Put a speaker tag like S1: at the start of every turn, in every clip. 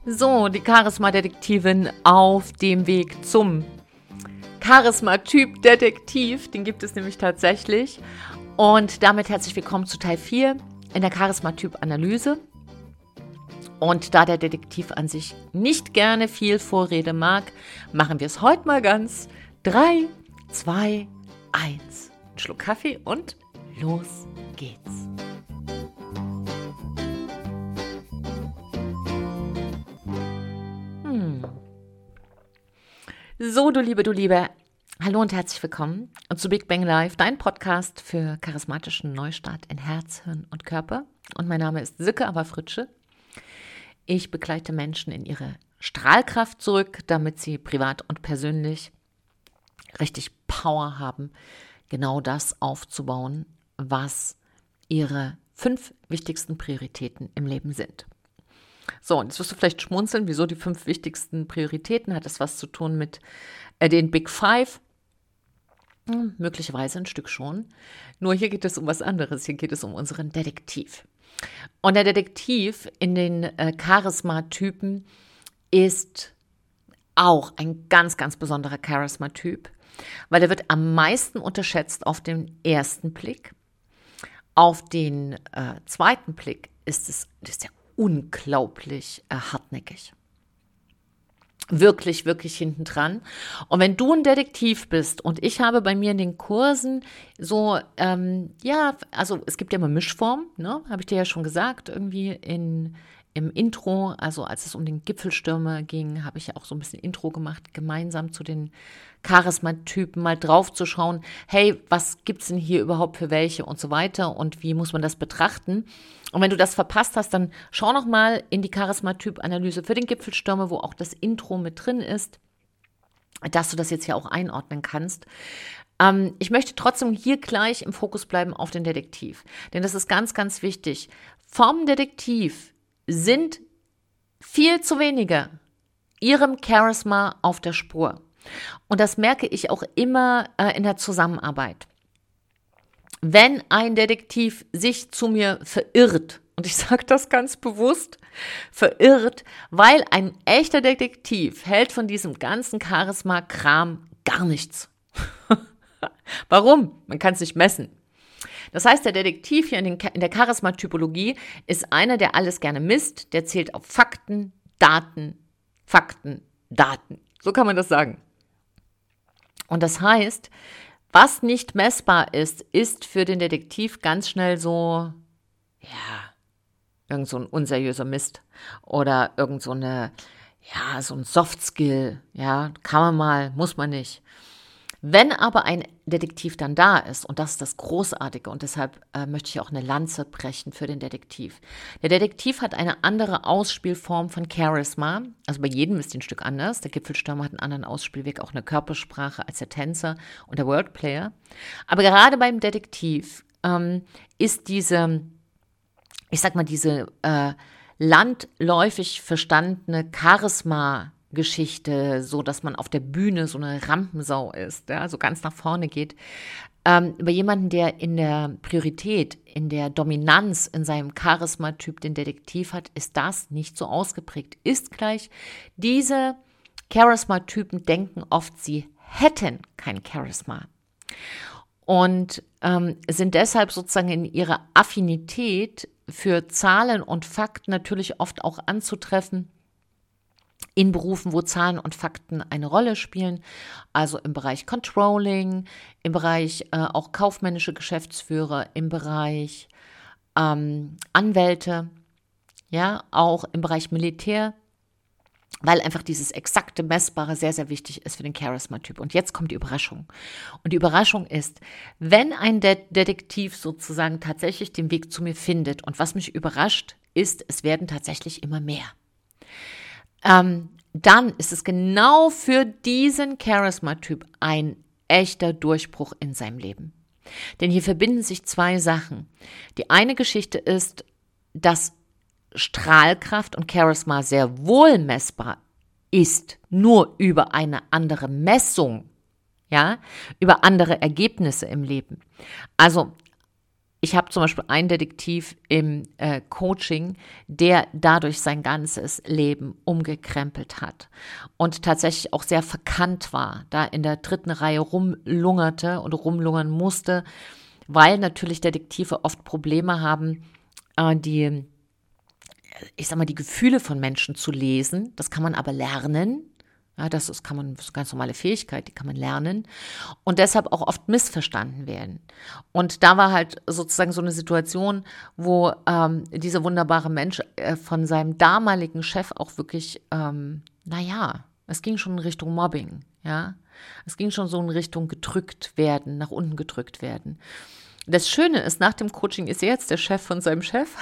S1: So, die Charisma-Detektivin auf dem Weg zum Charisma-Typ-Detektiv. Den gibt es nämlich tatsächlich. Und damit herzlich willkommen zu Teil 4 in der Charisma-Typ-Analyse. Und da der Detektiv an sich nicht gerne viel Vorrede mag, machen wir es heute mal ganz. 3, 2, 1. Ein Schluck Kaffee und los geht's. So, du Liebe, hallo und herzlich willkommen zu Big Bang Live, dein Podcast für charismatischen Neustart in Herz, Hirn und Körper. Und mein Name ist Silke Aberfritsche. Ich begleite Menschen in ihre Strahlkraft zurück, damit sie privat und persönlich richtig Power haben, genau das aufzubauen, was ihre 5 wichtigsten Prioritäten im Leben sind. So, und jetzt wirst du vielleicht schmunzeln, wieso die 5 wichtigsten Prioritäten? Hat das was zu tun mit den Big Five? Möglicherweise ein Stück schon. Nur hier geht es um was anderes. Hier geht es um unseren Detektiv. Und der Detektiv in den Charisma-Typen ist auch ein ganz, ganz besonderer Charisma-Typ, weil er wird am meisten unterschätzt auf den ersten Blick. Auf den zweiten Blick ist er unglaublich hartnäckig. Wirklich, wirklich hinten dran. Und wenn du ein Detektiv bist, und ich habe bei mir in den Kursen so, also es gibt ja immer Mischformen, ne? Habe ich dir ja schon gesagt, irgendwie im Intro, also als es um den Gipfelstürmer ging, habe ich ja auch so ein bisschen Intro gemacht, gemeinsam zu den Charisma-Typen mal drauf zu schauen, hey, was gibt's denn hier überhaupt für welche und so weiter und wie muss man das betrachten? Und wenn du das verpasst hast, dann schau noch mal in die Charisma-Typ-Analyse für den Gipfelstürmer, wo auch das Intro mit drin ist, dass du das jetzt hier auch einordnen kannst. Ich möchte trotzdem hier gleich im Fokus bleiben auf den Detektiv, denn das ist ganz, ganz wichtig. Vom Detektiv sind viel zu wenige ihrem Charisma auf der Spur. Und das merke ich auch immer in der Zusammenarbeit. Wenn ein Detektiv sich zu mir verirrt, und ich sage das ganz bewusst, verirrt, weil ein echter Detektiv hält von diesem ganzen Charisma-Kram gar nichts. Warum? Man kann es nicht messen. Das heißt, der Detektiv hier in der Charisma-Typologie ist einer, der alles gerne misst, der zählt auf Fakten, Daten. So kann man das sagen. Und das heißt, was nicht messbar ist, ist für den Detektiv ganz schnell so, irgend so ein unseriöser Mist oder irgend so so ein Soft-Skill, kann man mal, muss man nicht. Wenn aber ein Detektiv dann da ist, und das ist das Großartige, und deshalb möchte ich auch eine Lanze brechen für den Detektiv. Der Detektiv hat eine andere Ausspielform von Charisma, also bei jedem ist die ein Stück anders. Der Gipfelstürmer hat einen anderen Ausspielweg, auch eine Körpersprache als der Tänzer und der Wordplayer. Aber gerade beim Detektiv ist diese landläufig verstandene Charisma-Geschichte, so dass man auf der Bühne so eine Rampensau ist, so ganz nach vorne geht. Über jemanden, der in der Priorität, in der Dominanz in seinem Charisma-Typ den Detektiv hat, ist das nicht so ausgeprägt. Ist gleich, diese Charisma-Typen denken oft, sie hätten kein Charisma. Und sind deshalb sozusagen in ihrer Affinität für Zahlen und Fakten natürlich oft auch anzutreffen in Berufen, wo Zahlen und Fakten eine Rolle spielen, also im Bereich Controlling, im Bereich auch kaufmännische Geschäftsführer, im Bereich Anwälte, auch im Bereich Militär, weil einfach dieses exakte Messbare sehr, sehr wichtig ist für den Charisma-Typ. Und jetzt kommt die Überraschung. Und die Überraschung ist, wenn ein Detektiv sozusagen tatsächlich den Weg zu mir findet, und was mich überrascht, ist, es werden tatsächlich immer mehr. Dann ist es genau für diesen Charisma-Typ ein echter Durchbruch in seinem Leben. Denn hier verbinden sich 2 Sachen. Die eine Geschichte ist, dass Strahlkraft und Charisma sehr wohl messbar ist, nur über eine andere Messung, über andere Ergebnisse im Leben. Also Ich habe zum Beispiel einen Detektiv im Coaching, der dadurch sein ganzes Leben umgekrempelt hat und tatsächlich auch sehr verkannt war, da in der dritten Reihe rumlungerte und rumlungern musste, weil natürlich Detektive oft Probleme haben, die Gefühle von Menschen zu lesen. Das kann man aber lernen. Ja, das ist eine ganz normale Fähigkeit, die kann man lernen und deshalb auch oft missverstanden werden. Und da war halt sozusagen so eine Situation, wo dieser wunderbare Mensch von seinem damaligen Chef auch wirklich, es ging schon in Richtung Mobbing, ja. Es ging schon so in Richtung gedrückt werden, nach unten gedrückt werden. Das Schöne ist, nach dem Coaching ist er jetzt der Chef von seinem Chef.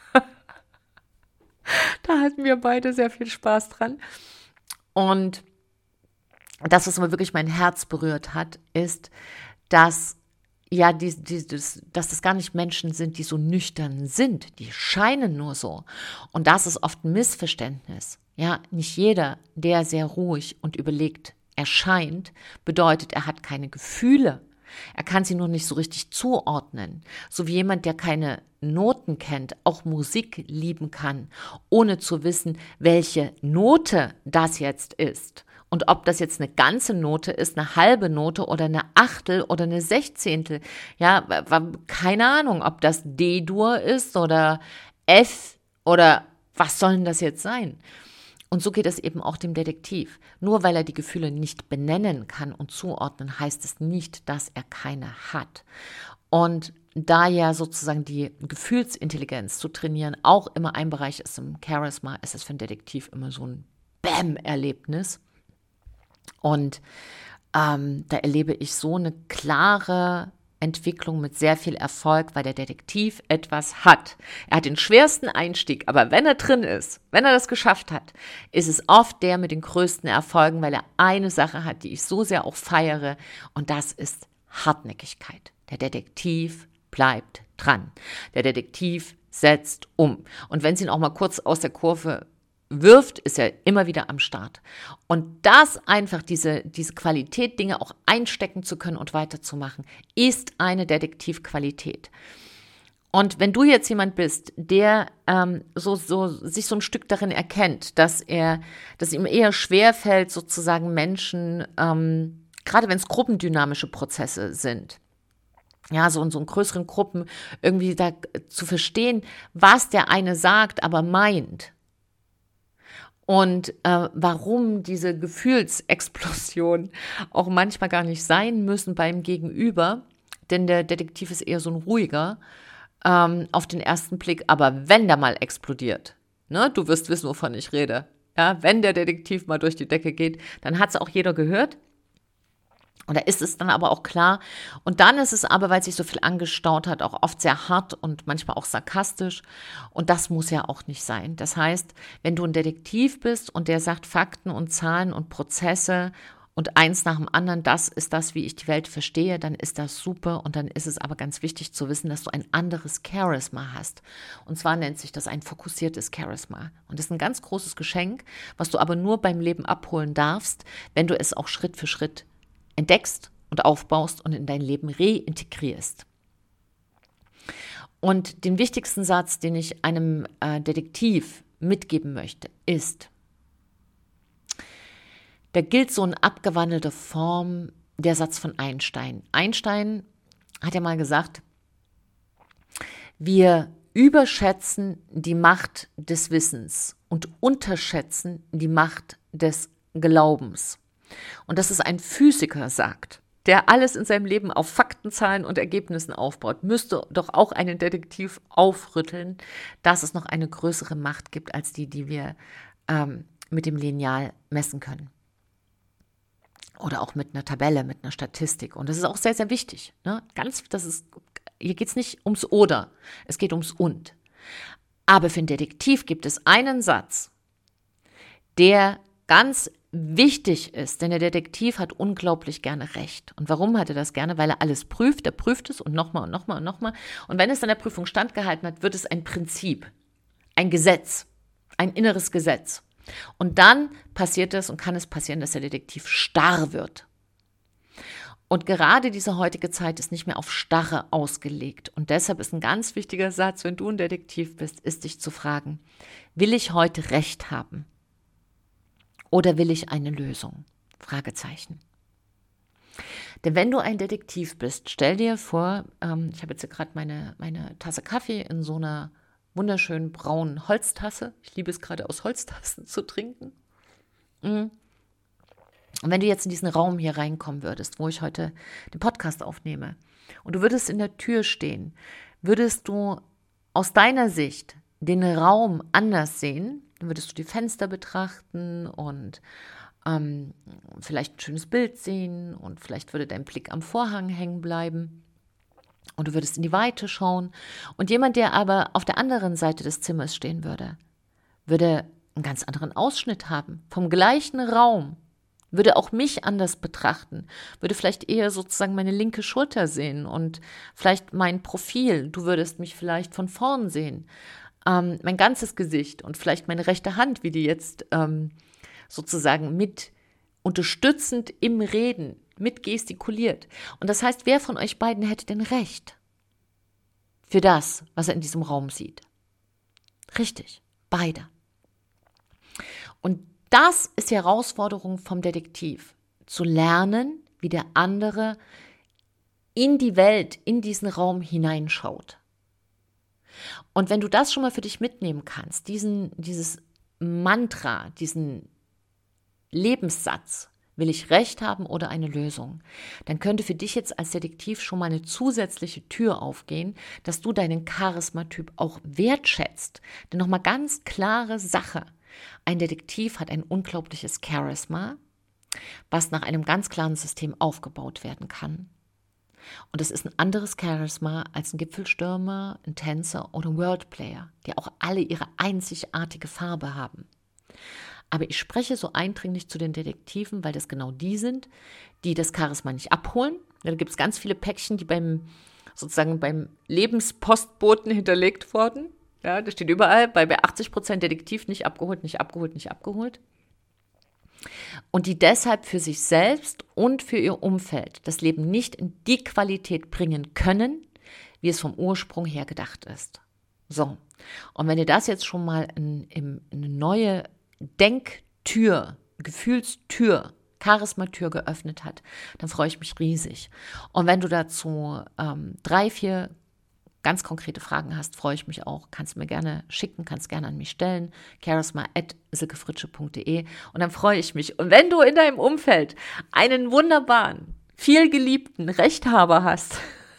S1: Da hatten wir beide sehr viel Spaß dran. Und das, was mir wirklich mein Herz berührt hat, ist, dass dass das gar nicht Menschen sind, die so nüchtern sind. Die scheinen nur so. Und das ist oft ein Missverständnis. Ja, nicht jeder, der sehr ruhig und überlegt erscheint, bedeutet, er hat keine Gefühle. Er kann sie nur nicht so richtig zuordnen. So wie jemand, der keine Noten kennt, auch Musik lieben kann, ohne zu wissen, welche Note das jetzt ist. Und ob das jetzt eine ganze Note ist, eine halbe Note oder eine Achtel oder eine Sechzehntel. Ja, keine Ahnung, ob das D-Dur ist oder F oder was soll denn das jetzt sein? Und so geht es eben auch dem Detektiv. Nur weil er die Gefühle nicht benennen kann und zuordnen, heißt es nicht, dass er keine hat. Und da ja sozusagen die Gefühlsintelligenz zu trainieren auch immer ein Bereich ist im Charisma, ist es für einen Detektiv immer so ein Bam-Erlebnis. Und da erlebe ich so eine klare Entwicklung mit sehr viel Erfolg, weil der Detektiv etwas hat. Er hat den schwersten Einstieg, aber wenn er drin ist, wenn er das geschafft hat, ist es oft der mit den größten Erfolgen, weil er eine Sache hat, die ich so sehr auch feiere, und das ist Hartnäckigkeit. Der Detektiv bleibt dran. Der Detektiv setzt um. Und wenn es ihn auch mal kurz aus der Kurve wirft, ist er immer wieder am Start. Und das einfach, diese Qualität, Dinge auch einstecken zu können und weiterzumachen, ist eine Detektivqualität. Und wenn du jetzt jemand bist, der sich so ein Stück darin erkennt, dass ihm eher schwerfällt, sozusagen Menschen, gerade wenn es gruppendynamische Prozesse sind, ja, so in größeren Gruppen irgendwie da zu verstehen, was der eine sagt, aber meint. Und warum diese Gefühlsexplosionen auch manchmal gar nicht sein müssen beim Gegenüber, denn der Detektiv ist eher so ein ruhiger auf den ersten Blick, aber wenn der mal explodiert, ne, du wirst wissen, wovon ich rede, ja, wenn der Detektiv mal durch die Decke geht, dann hat es auch jeder gehört. Und da ist es dann aber auch klar. Und dann ist es aber, weil sich so viel angestaut hat, auch oft sehr hart und manchmal auch sarkastisch. Und das muss ja auch nicht sein. Das heißt, wenn du ein Detektiv bist und der sagt Fakten und Zahlen und Prozesse und eins nach dem anderen, das ist das, wie ich die Welt verstehe, dann ist das super. Und dann ist es aber ganz wichtig zu wissen, dass du ein anderes Charisma hast. Und zwar nennt sich das ein fokussiertes Charisma. Und das ist ein ganz großes Geschenk, was du aber nur beim Leben abholen darfst, wenn du es auch Schritt für Schritt entdeckst und aufbaust und in dein Leben reintegrierst. Und den wichtigsten Satz, den ich einem Detektiv mitgeben möchte, ist, da gilt so in abgewandelter Form der Satz von Einstein. Einstein hat ja mal gesagt, wir überschätzen die Macht des Wissens und unterschätzen die Macht des Glaubens. Und dass es ein Physiker sagt, der alles in seinem Leben auf Fakten, Zahlen und Ergebnissen aufbaut, müsste doch auch einen Detektiv aufrütteln, dass es noch eine größere Macht gibt als die wir mit dem Lineal messen können. Oder auch mit einer Tabelle, mit einer Statistik. Und das ist auch sehr, sehr wichtig. Ne? Hier geht es nicht ums Oder, es geht ums Und. Aber für einen Detektiv gibt es einen Satz, der ganz wichtig ist, denn der Detektiv hat unglaublich gerne Recht. Und warum hat er das gerne? Weil er alles prüft, er prüft es und nochmal und nochmal und nochmal. Und wenn es an der Prüfung standgehalten hat, wird es ein Prinzip, ein Gesetz, ein inneres Gesetz. Und dann passiert es und kann es passieren, dass der Detektiv starr wird. Und gerade diese heutige Zeit ist nicht mehr auf Starre ausgelegt. Und deshalb ist ein ganz wichtiger Satz, wenn du ein Detektiv bist, ist dich zu fragen, will ich heute Recht haben? Oder will ich eine Lösung? Fragezeichen. Denn wenn du ein Detektiv bist, stell dir vor, ich habe jetzt hier gerade meine Tasse Kaffee in so einer wunderschönen braunen Holztasse. Ich liebe es gerade aus Holztassen zu trinken. Und wenn du jetzt in diesen Raum hier reinkommen würdest, wo ich heute den Podcast aufnehme, und du würdest in der Tür stehen, würdest du aus deiner Sicht den Raum anders sehen, dann würdest du die Fenster betrachten und vielleicht ein schönes Bild sehen und vielleicht würde dein Blick am Vorhang hängen bleiben und du würdest in die Weite schauen. Und jemand, der aber auf der anderen Seite des Zimmers stehen würde, würde einen ganz anderen Ausschnitt haben, vom gleichen Raum, würde auch mich anders betrachten, würde vielleicht eher sozusagen meine linke Schulter sehen und vielleicht mein Profil. Du würdest mich vielleicht von vorn sehen, mein ganzes Gesicht und vielleicht meine rechte Hand, wie die jetzt sozusagen mit unterstützend im Reden, mit gestikuliert. Und das heißt, wer von euch beiden hätte denn recht für das, was er in diesem Raum sieht? Richtig, beide. Und das ist die Herausforderung vom Detektiv, zu lernen, wie der andere in die Welt, in diesen Raum hineinschaut. Und wenn du das schon mal für dich mitnehmen kannst, dieses Mantra, diesen Lebenssatz, will ich Recht haben oder eine Lösung, dann könnte für dich jetzt als Detektiv schon mal eine zusätzliche Tür aufgehen, dass du deinen Charismatyp auch wertschätzt. Denn nochmal ganz klare Sache, ein Detektiv hat ein unglaubliches Charisma, was nach einem ganz klaren System aufgebaut werden kann. Und es ist ein anderes Charisma als ein Gipfelstürmer, ein Tänzer oder ein Worldplayer, die auch alle ihre einzigartige Farbe haben. Aber ich spreche so eindringlich zu den Detektiven, weil das genau die sind, die das Charisma nicht abholen. Da gibt es ganz viele Päckchen, die beim Lebenspostboten hinterlegt wurden. Ja, das steht überall, bei 80% Detektiv nicht abgeholt, nicht abgeholt, nicht abgeholt. Und die deshalb für sich selbst und für ihr Umfeld das Leben nicht in die Qualität bringen können, wie es vom Ursprung her gedacht ist. So, und wenn ihr das jetzt schon mal in eine neue Denktür, Gefühlstür, Charismatür geöffnet hat, dann freue ich mich riesig. Und wenn du dazu 3, 4 ganz konkrete Fragen hast, freue ich mich auch. Kannst mir gerne schicken, kannst gerne an mich stellen. charisma@silkefritsche.de und dann freue ich mich. Und wenn du in deinem Umfeld einen wunderbaren, viel geliebten Rechthaber hast,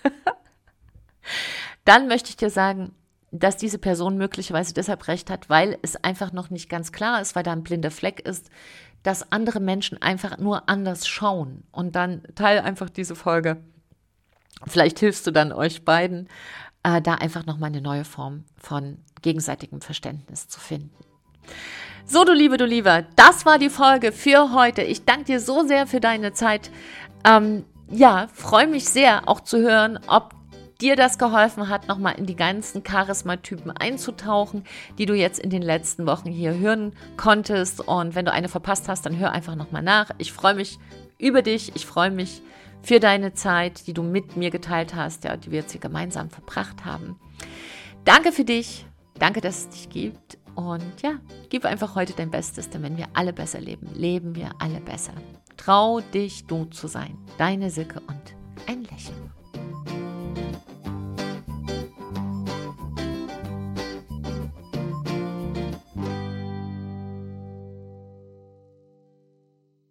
S1: dann möchte ich dir sagen, dass diese Person möglicherweise deshalb recht hat, weil es einfach noch nicht ganz klar ist, weil da ein blinder Fleck ist, dass andere Menschen einfach nur anders schauen. Und dann teile einfach diese Folge. Vielleicht hilfst du dann euch beiden, da einfach nochmal eine neue Form von gegenseitigem Verständnis zu finden. So, du Lieber, das war die Folge für heute. Ich danke dir so sehr für deine Zeit. Freue mich sehr, auch zu hören, ob dir das geholfen hat, nochmal in die ganzen Charismatypen einzutauchen, die du jetzt in den letzten Wochen hier hören konntest. Und wenn du eine verpasst hast, dann hör einfach nochmal nach. Ich freue mich über dich. Ich freue mich für deine Zeit, die du mit mir geteilt hast, ja, die wir jetzt hier gemeinsam verbracht haben. Danke für dich. Danke, dass es dich gibt. Und ja, gib einfach heute dein Bestes, denn wenn wir alle besser leben, leben wir alle besser. Trau dich, du zu sein. Deine Silke und ein Lächeln.